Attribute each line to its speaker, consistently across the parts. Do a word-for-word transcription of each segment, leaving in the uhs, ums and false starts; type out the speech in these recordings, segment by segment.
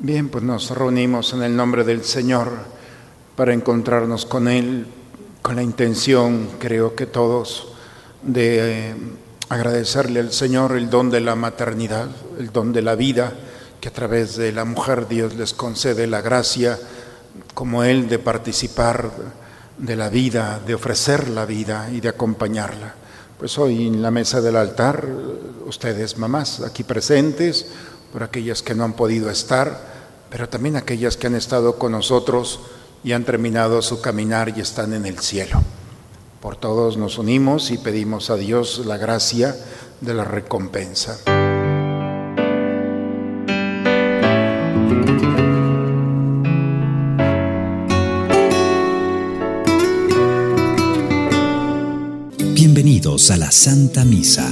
Speaker 1: Bien, pues nos reunimos en el nombre del Señor para encontrarnos con Él, con la intención, creo que todos, de eh, agradecerle al Señor el don de la maternidad, el don de la vida, que a través de la mujer Dios les concede la gracia, como Él, de participar de la vida, de ofrecer la vida y de acompañarla. Pues hoy en la mesa del altar, ustedes mamás aquí presentes, por aquellas que no han podido estar, pero también aquellas que han estado con nosotros y han terminado su caminar y están en el cielo. Por todos nos unimos y pedimos a Dios la gracia de la recompensa.
Speaker 2: Bienvenidos a la Santa Misa.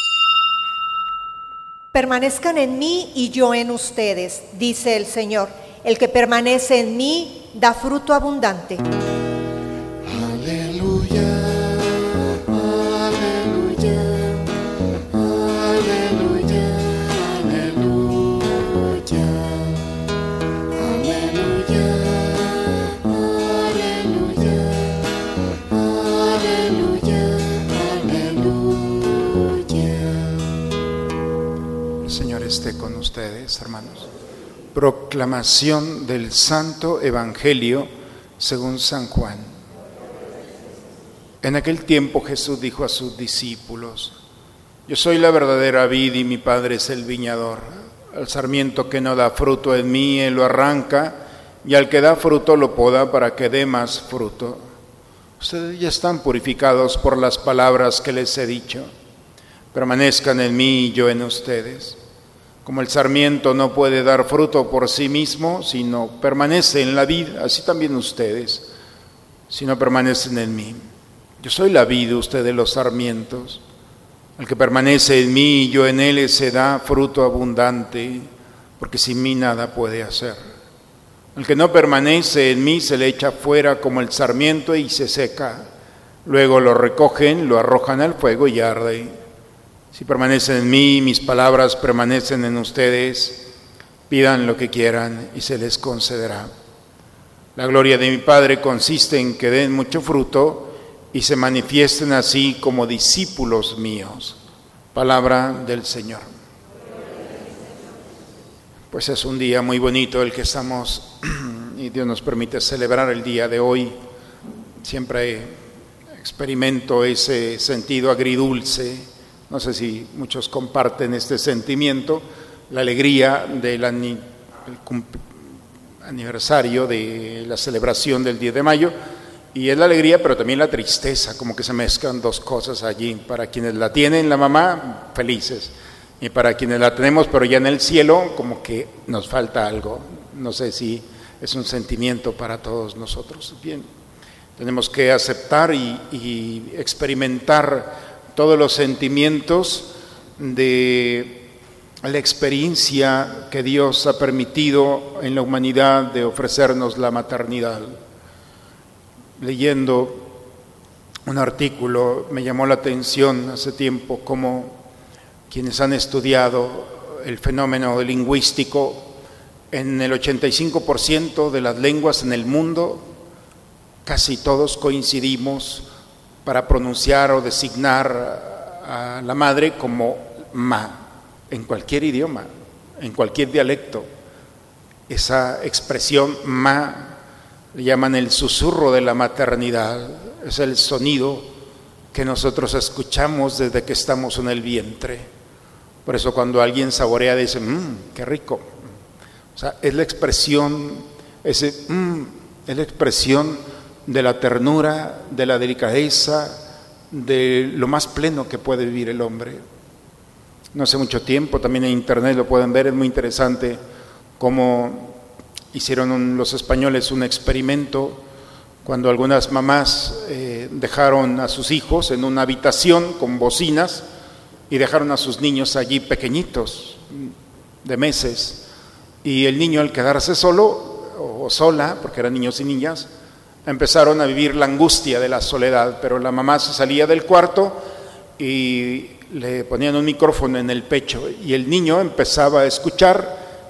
Speaker 3: Permanezcan en mí y yo en ustedes, dice el Señor. El que permanece en mí da fruto abundante.
Speaker 4: Aleluya, aleluya, aleluya, aleluya, aleluya, aleluya, aleluya.
Speaker 1: El Señor esté con ustedes, hermanos. Proclamación del Santo Evangelio según San Juan. En aquel tiempo Jesús dijo a sus discípulos: Yo soy la verdadera vid y mi Padre es el viñador. Al sarmiento que no da fruto en mí, Él lo arranca, y al que da fruto lo poda para que dé más fruto. Ustedes ya están purificados por las palabras que les he dicho. Permanezcan en mí y yo en ustedes. Como el sarmiento no puede dar fruto por sí mismo, sino permanece en la vid, así también ustedes, si no permanecen en mí. Yo soy la vid, ustedes los sarmientos. El que permanece en mí y yo en él, ese da fruto abundante, porque sin mí nada puede hacer. El que no permanece en mí se le echa fuera como el sarmiento y se seca. Luego lo recogen, lo arrojan al fuego y arde. Si permanecen en mí, mis palabras permanecen en ustedes, pidan lo que quieran y se les concederá. La gloria de mi Padre consiste en que den mucho fruto y se manifiesten así como discípulos míos. Palabra del Señor. Pues es un día muy bonito el que estamos y Dios nos permite celebrar el día de hoy. Siempre experimento ese sentido agridulce. No sé si muchos comparten este sentimiento, la alegría del ani- aniversario de la celebración del diez de mayo, y es la alegría pero también la tristeza, como que se mezclan dos cosas allí. Para quienes la tienen la mamá, felices, y para quienes la tenemos pero ya en el cielo, como que nos falta algo. No sé si es un sentimiento para todos nosotros. Bien, tenemos que aceptar y, y experimentar todos los sentimientos de la experiencia que Dios ha permitido en la humanidad de ofrecernos la maternidad. Leyendo un artículo me llamó la atención hace tiempo cómo quienes han estudiado el fenómeno lingüístico, en el ochenta y cinco por ciento de las lenguas en el mundo, casi todos coincidimos para pronunciar o designar a la madre como ma, en cualquier idioma, en cualquier dialecto. Esa expresión ma le llaman el susurro de la maternidad, es el sonido que nosotros escuchamos desde que estamos en el vientre. Por eso cuando alguien saborea dice, mmm, qué rico. O sea, es la expresión, ese mmm, es la expresión de la ternura, de la delicadeza, de lo más pleno que puede vivir el hombre. No hace mucho tiempo, también en internet lo pueden ver, es muy interesante cómo hicieron un, los españoles un experimento cuando algunas mamás eh, dejaron a sus hijos en una habitación con bocinas y dejaron a sus niños allí pequeñitos, de meses, y el niño al quedarse solo o sola, porque eran niños y niñas, empezaron a vivir la angustia de la soledad, pero la mamá se salía del cuarto y le ponían un micrófono en el pecho y el niño empezaba a escuchar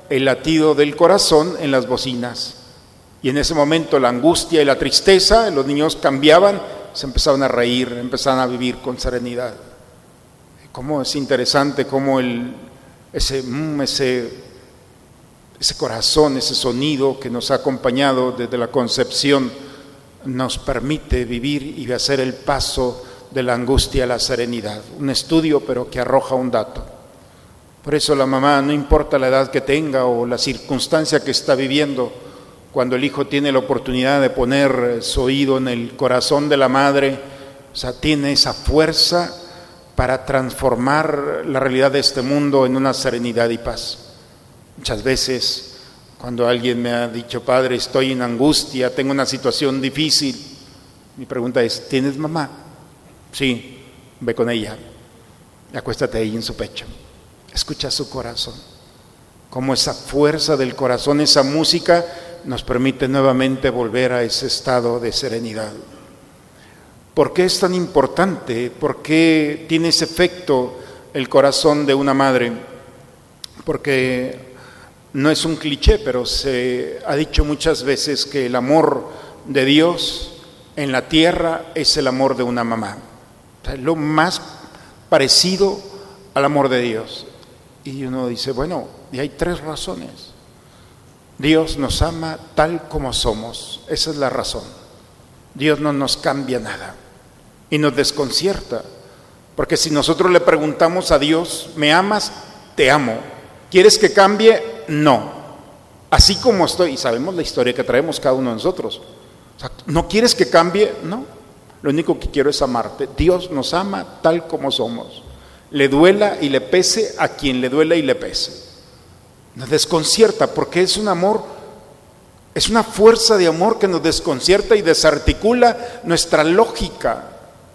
Speaker 1: el latido del corazón en las bocinas. Y en ese momento la angustia y la tristeza, los niños cambiaban, se empezaban a reír, empezaban a vivir con serenidad. Cómo es interesante cómo el, ese, mm, ese, ese corazón, ese sonido que nos ha acompañado desde la concepción nos permite vivir y hacer el paso de la angustia a la serenidad. Un estudio, pero que arroja un dato. Por eso la mamá, no importa la edad que tenga o la circunstancia que está viviendo, cuando el hijo tiene la oportunidad de poner su oído en el corazón de la madre, o sea, tiene esa fuerza para transformar la realidad de este mundo en una serenidad y paz. Muchas veces, cuando alguien me ha dicho, padre, estoy en angustia, tengo una situación difícil, mi pregunta es, ¿tienes mamá? Sí, ve con ella, acuéstate ahí en su pecho, escucha su corazón, cómo esa fuerza del corazón, esa música nos permite nuevamente volver a ese estado de serenidad. ¿Por qué es tan importante? ¿Por qué tiene ese efecto el corazón de una madre? Porque no es un cliché, pero se ha dicho muchas veces que el amor de Dios en la tierra es el amor de una mamá. O sea, es lo más parecido al amor de Dios. Y uno dice, bueno, y hay tres razones. Dios nos ama tal como somos, esa es la razón. Dios no nos cambia nada y nos desconcierta, porque si nosotros le preguntamos a Dios, ¿me amas? Te amo. ¿Quieres que cambie? No. Así como estoy, y sabemos la historia que traemos cada uno de nosotros. O sea, ¿no quieres que cambie? No. Lo único que quiero es amarte. Dios nos ama tal como somos. Le duela y le pese a quien le duela y le pese. Nos desconcierta porque es un amor, es una fuerza de amor que nos desconcierta y desarticula nuestra lógica.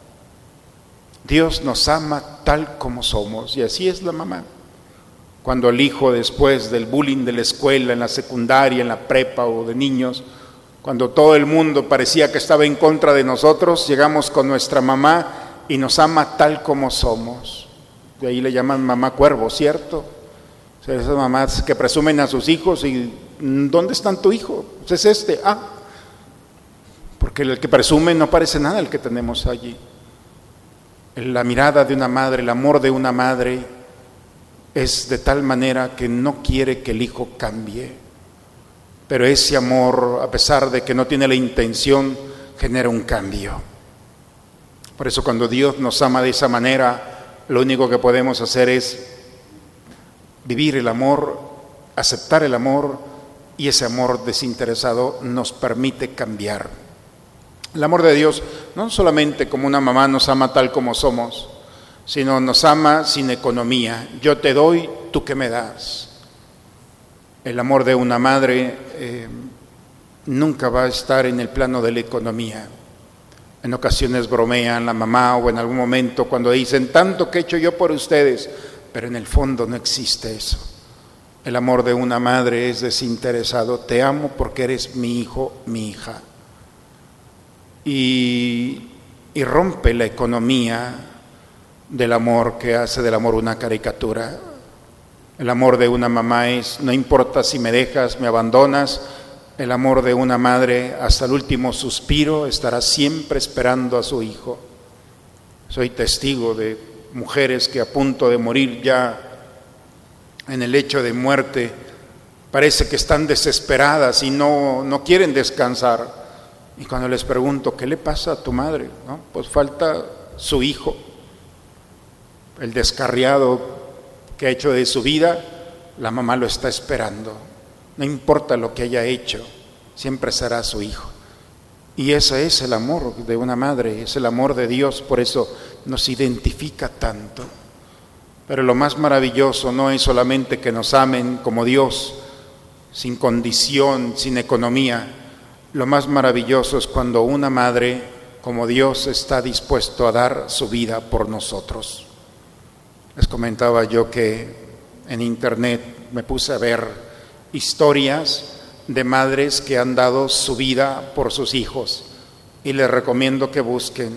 Speaker 1: Dios nos ama tal como somos y así es la mamá. Cuando el hijo, después del bullying de la escuela, en la secundaria, en la prepa o de niños, cuando todo el mundo parecía que estaba en contra de nosotros, llegamos con nuestra mamá y nos ama tal como somos. De ahí le llaman mamá cuervo, ¿cierto? O sea, esas mamás que presumen a sus hijos y ¿dónde está tu hijo? Pues es este. Ah, porque el que presume no parece nada el que tenemos allí. La mirada de una madre, el amor de una madre es de tal manera que no quiere que el hijo cambie, pero ese amor, a pesar de que no tiene la intención, genera un cambio. Por eso cuando Dios nos ama de esa manera, lo único que podemos hacer es vivir el amor, aceptar el amor, y ese amor desinteresado nos permite cambiar. El amor de Dios no solamente como una mamá nos ama tal como somos, sino nos ama sin economía. Yo te doy, tú que me das. El amor de una madre eh, nunca va a estar en el plano de la economía. En ocasiones bromean la mamá o en algún momento cuando dicen tanto que he hecho yo por ustedes, pero en el fondo no existe eso. El amor de una madre es desinteresado. Te amo porque eres mi hijo, mi hija. Y, y rompe la economía del amor que hace del amor una caricatura. El amor de una mamá es, no importa si me dejas, me abandonas. El amor de una madre, hasta el último suspiro, estará siempre esperando a su hijo. Soy testigo de mujeres que a punto de morir ya en el lecho de muerte, parece que están desesperadas y no, no quieren descansar. Y cuando les pregunto, ¿qué le pasa a tu madre? ¿No? Pues falta su hijo, el descarriado que ha hecho de su vida, la mamá lo está esperando. No importa lo que haya hecho, siempre será su hijo. Y ese es el amor de una madre, es el amor de Dios, por eso nos identifica tanto. Pero lo más maravilloso no es solamente que nos amen como Dios, sin condición, sin economía. Lo más maravilloso es cuando una madre como Dios está dispuesto a dar su vida por nosotros. Les comentaba yo que en internet me puse a ver historias de madres que han dado su vida por sus hijos y les recomiendo que busquen.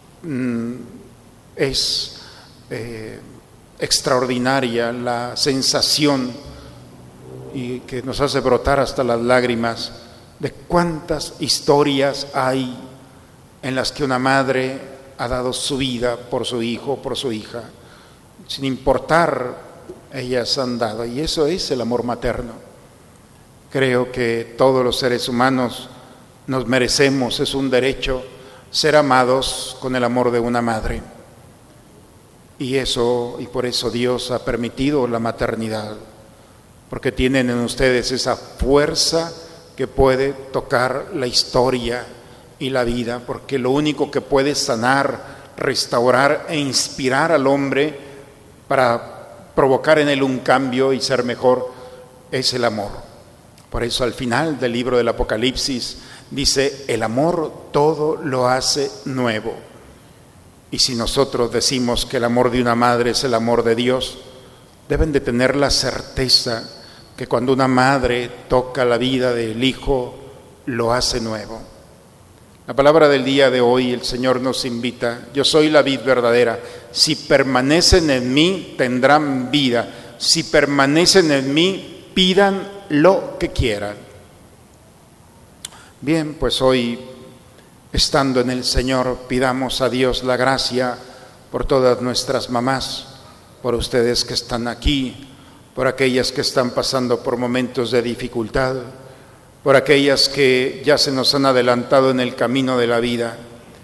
Speaker 1: Es eh, extraordinaria la sensación y que nos hace brotar hasta las lágrimas de cuántas historias hay en las que una madre ha dado su vida por su hijo, por su hija, sin importar, ellas han dado, y eso es el amor materno. Creo que todos los seres humanos nos merecemos, es un derecho, ser amados con el amor de una madre. Y eso, y por eso Dios ha permitido la maternidad, porque tienen en ustedes esa fuerza que puede tocar la historia y la vida, porque lo único que puede sanar, restaurar e inspirar al hombre para provocar en él un cambio y ser mejor es el amor. Por eso al final del libro del Apocalipsis dice, el amor todo lo hace nuevo. Y si nosotros decimos que el amor de una madre es el amor de Dios, deben de tener la certeza que cuando una madre toca la vida del hijo, lo hace nuevo. La palabra del día de hoy, el Señor nos invita, yo soy la vid verdadera, si permanecen en mí tendrán vida, si permanecen en mí pidan lo que quieran. Bien, pues hoy, estando en el Señor, pidamos a Dios la gracia por todas nuestras mamás, por ustedes que están aquí, por aquellas que están pasando por momentos de dificultad, por aquellas que ya se nos han adelantado en el camino de la vida,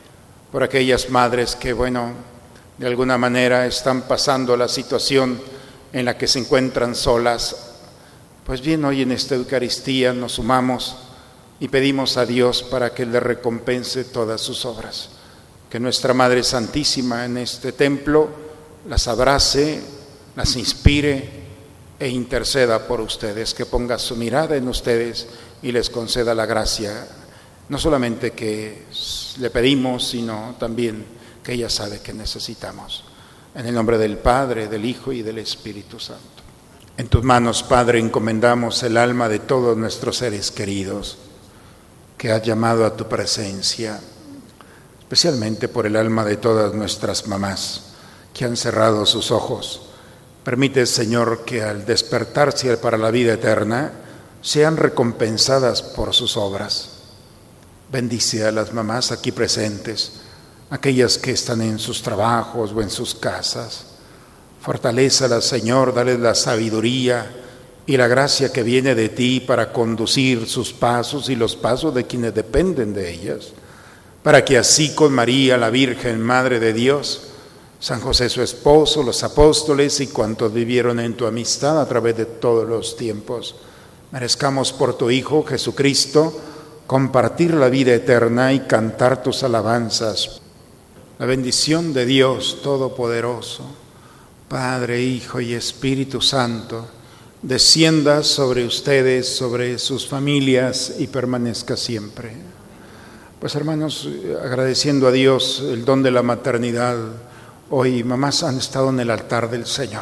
Speaker 1: por aquellas madres que, bueno, de alguna manera están pasando la situación en la que se encuentran solas. Pues bien, hoy en esta Eucaristía nos sumamos y pedimos a Dios para que le recompense todas sus obras. Que nuestra Madre Santísima en este templo las abrace, las inspire e interceda por ustedes, que ponga su mirada en ustedes y les conceda la gracia, no solamente que le pedimos, sino también que ella sabe que necesitamos. En el nombre del Padre, del Hijo y del Espíritu Santo. En tus manos, Padre, encomendamos el alma de todos nuestros seres queridos que has llamado a tu presencia, especialmente por el alma de todas nuestras mamás que han cerrado sus ojos. Permite, Señor, que al despertarse para la vida eterna sean recompensadas por sus obras. Bendice a las mamás aquí presentes, aquellas que están en sus trabajos o en sus casas. Fortalézalas, Señor, dale la sabiduría y la gracia que viene de ti para conducir sus pasos y los pasos de quienes dependen de ellas, para que así con María, la Virgen, Madre de Dios, San José su esposo, los apóstoles y cuantos vivieron en tu amistad a través de todos los tiempos, merezcamos por tu Hijo Jesucristo compartir la vida eterna y cantar tus alabanzas. La bendición de Dios Todopoderoso, Padre, Hijo y Espíritu Santo, descienda sobre ustedes, sobre sus familias y permanezca siempre. Pues hermanos, agradeciendo a Dios el don de la maternidad, hoy mamás han estado en el altar del Señor.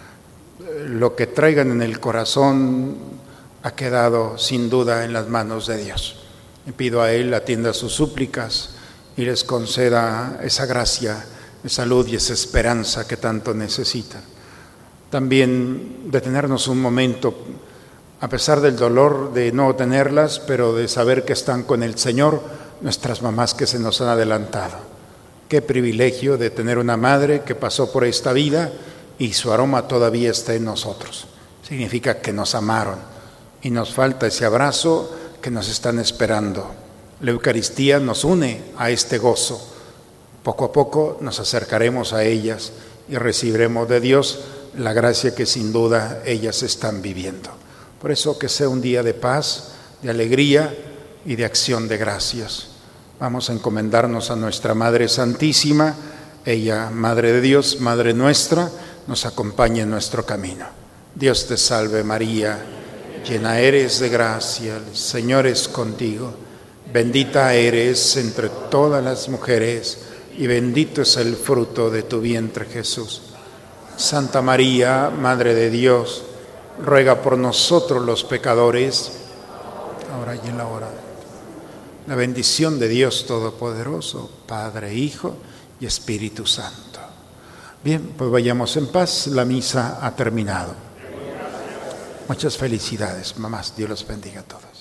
Speaker 1: Lo que traigan en el corazón ha quedado sin duda en las manos de Dios. Le pido a Él atienda sus súplicas y les conceda esa gracia, esa luz y esa esperanza que tanto necesitan. También detenernos un momento, a pesar del dolor de no tenerlas, pero de saber que están con el Señor, nuestras mamás que se nos han adelantado. Qué privilegio de tener una madre que pasó por esta vida y su aroma todavía está en nosotros. Significa que nos amaron y nos falta ese abrazo que nos están esperando. La Eucaristía nos une a este gozo. Poco a poco nos acercaremos a ellas y recibiremos de Dios la gracia que sin duda ellas están viviendo. Por eso que sea un día de paz, de alegría y de acción de gracias. Vamos a encomendarnos a nuestra Madre Santísima. Ella, Madre de Dios, Madre nuestra, nos acompaña en nuestro camino. Dios te salve María, llena eres de gracia, el Señor es contigo. Bendita eres entre todas las mujeres y bendito es el fruto de tu vientre Jesús. Santa María, Madre de Dios, ruega por nosotros los pecadores, ahora y en la hora. La bendición de Dios Todopoderoso, Padre, Hijo y Espíritu Santo. Bien, pues vayamos en paz, la misa ha terminado. Muchas felicidades, mamás. Dios los bendiga a todos.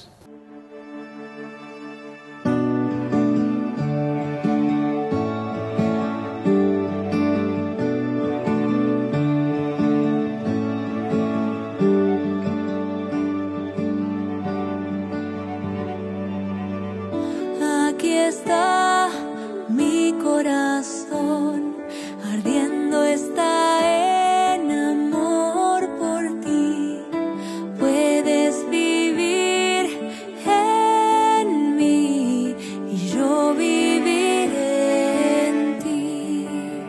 Speaker 2: Aquí está mi corazón, ardiendo está en amor por ti. Puedes vivir en mí y yo viviré en ti.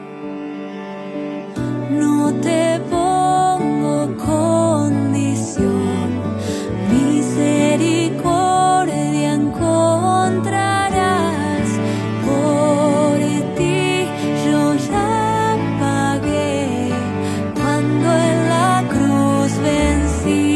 Speaker 2: No te pongo condición, misericordia encontrarás. Por ti yo ya pagué cuando en la cruz vencí.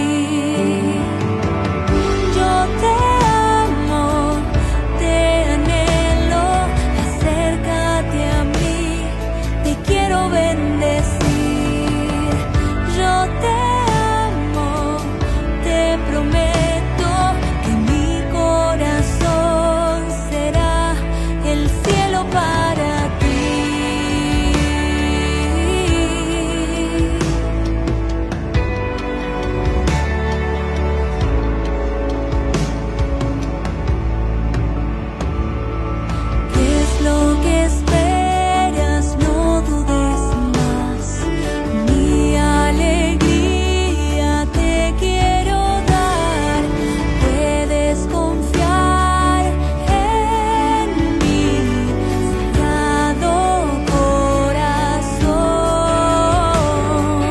Speaker 2: Yo te amo, te anhelo, acércate a mí, te quiero bendecir. Yo te amo, te prometo que mi corazón será el cielo para ti. ¿Qué es lo que esperas? No dudes más. Mi alegría te quiero dar. Puedes confiar en mí, Sagrado Corazón.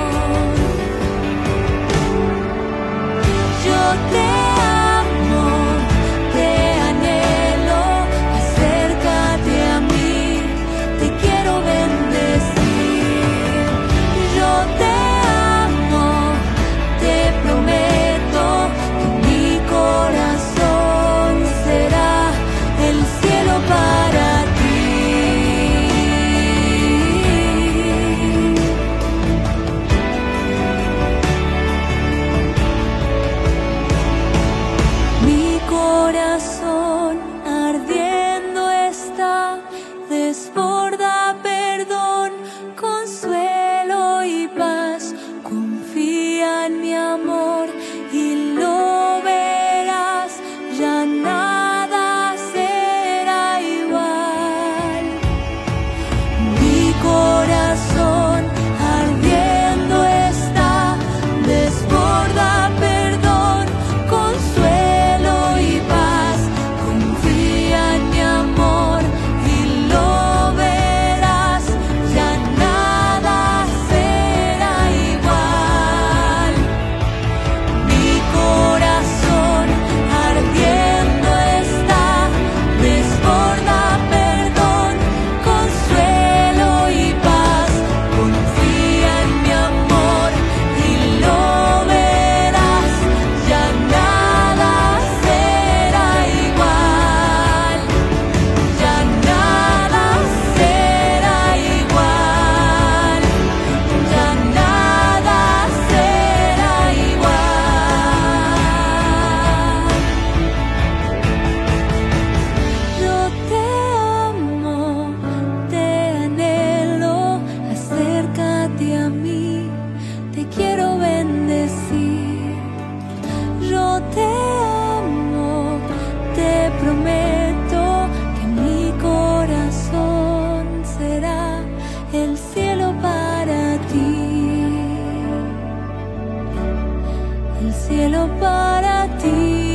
Speaker 2: Yo te amo, te anhelo, acércate a mí, te quiero bendecir. Yo te amo, te prometo que mi corazón será el cielo para ti. Mi corazón ardiendo está, desborda perdón, consuelo y paz. Confía en mi amor y lo verás, ya nada será igual. Mi corazón ardiendo está, desborda perdón, consuelo y paz. Confía en mi amor y lo verás, ya nada será igual. Mi corazón ardiendo está, desborda perdón, consuelo y paz. Confía en mi amor y lo verás, ya nada será igual. Ya nada será igual. Ya nada será igual. Yo te amo, te anhelo, acércate a mí, te quiero bendecir. Yo te amo, te prometo que mi corazón será el cielo para ti. El cielo para ti.